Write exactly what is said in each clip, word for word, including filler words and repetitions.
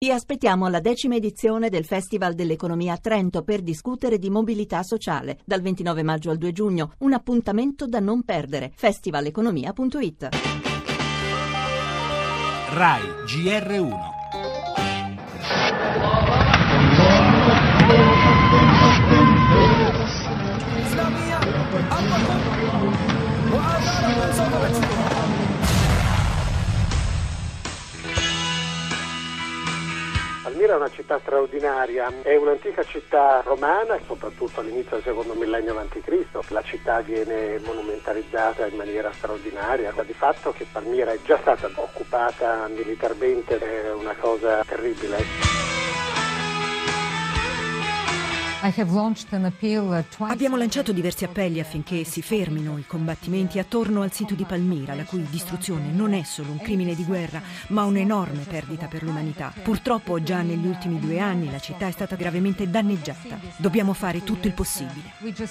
Vi aspettiamo alla decima edizione del Festival dell'Economia a Trento per discutere di mobilità sociale. Dal ventinove maggio al due giugno, un appuntamento da non perdere. festivaleconomia punto it. Rai G R uno. Palmira è una città straordinaria, è un'antica città romana, soprattutto all'inizio del secondo millennio avanti Cristo La città viene monumentalizzata in maniera straordinaria, di fatto che Palmira è già stata occupata militarmente è una cosa terribile. Abbiamo lanciato diversi appelli affinché si fermino i combattimenti attorno al sito di Palmira, la cui distruzione non è solo un crimine di guerra, ma un'enorme perdita per l'umanità. Purtroppo già negli ultimi due anni la città è stata gravemente danneggiata. Dobbiamo fare tutto il possibile.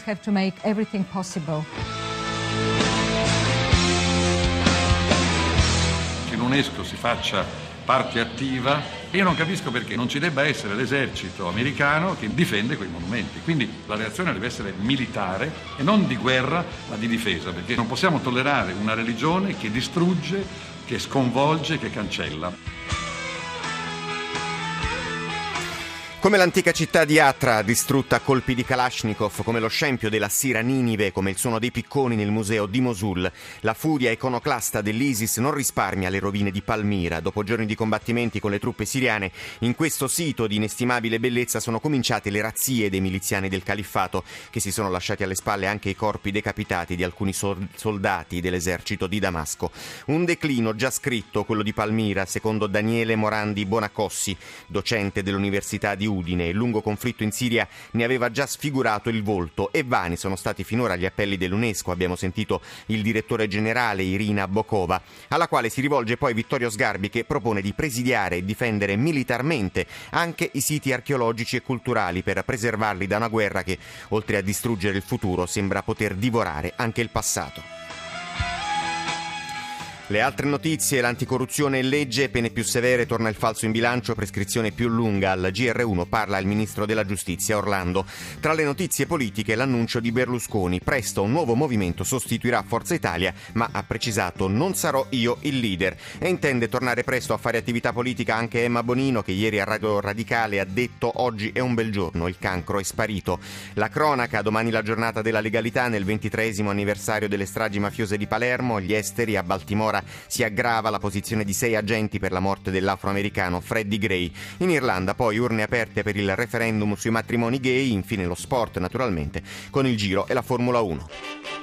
Che l'UNESCO si faccia parte attiva. Io non capisco perché non ci debba essere l'esercito americano che difende quei monumenti. Quindi la reazione deve essere militare e non di guerra, ma di difesa, perché non possiamo tollerare una religione che distrugge, che sconvolge, che cancella. Come l'antica città di Hatra distrutta a colpi di Kalashnikov, come lo scempio della Sira Ninive, come il suono dei picconi nel museo di Mosul, la furia iconoclasta dell'ISIS non risparmia le rovine di Palmira. Dopo giorni di combattimenti con le truppe siriane, in questo sito di inestimabile bellezza sono cominciate le razzie dei miliziani del califfato, che si sono lasciati alle spalle anche i corpi decapitati di alcuni soldati dell'esercito di Damasco. Un declino già scritto, quello di Palmira, secondo Daniele Morandi Bonacossi, docente dell'Università di Udine. Il lungo conflitto in Siria ne aveva già sfigurato il volto e vani sono stati finora gli appelli dell'UNESCO. Abbiamo sentito il direttore generale Irina Bokova, alla quale si rivolge poi Vittorio Sgarbi, che propone di presidiare e difendere militarmente anche i siti archeologici e culturali per preservarli da una guerra che, oltre a distruggere il futuro, sembra poter divorare anche il passato. Le altre notizie: l'anticorruzione è legge, pene più severe, torna il falso in bilancio, prescrizione più lunga. Al G R uno parla il ministro della giustizia Orlando. Tra le notizie politiche l'annuncio di Berlusconi: presto un nuovo movimento sostituirà Forza Italia, ma ha precisato non sarò io il leader. E intende tornare presto a fare attività politica anche Emma Bonino, che ieri a Radio Radicale ha detto oggi è un bel giorno, il cancro è sparito. La cronaca: domani la giornata della legalità nel ventitreesimo anniversario delle stragi mafiose di Palermo. Gli esteri: a Baltimora si aggrava la posizione di sei agenti per la morte dell'afroamericano Freddie Gray. In Irlanda poi urne aperte per il referendum sui matrimoni gay. Infine lo sport, naturalmente, con il Giro e la Formula uno.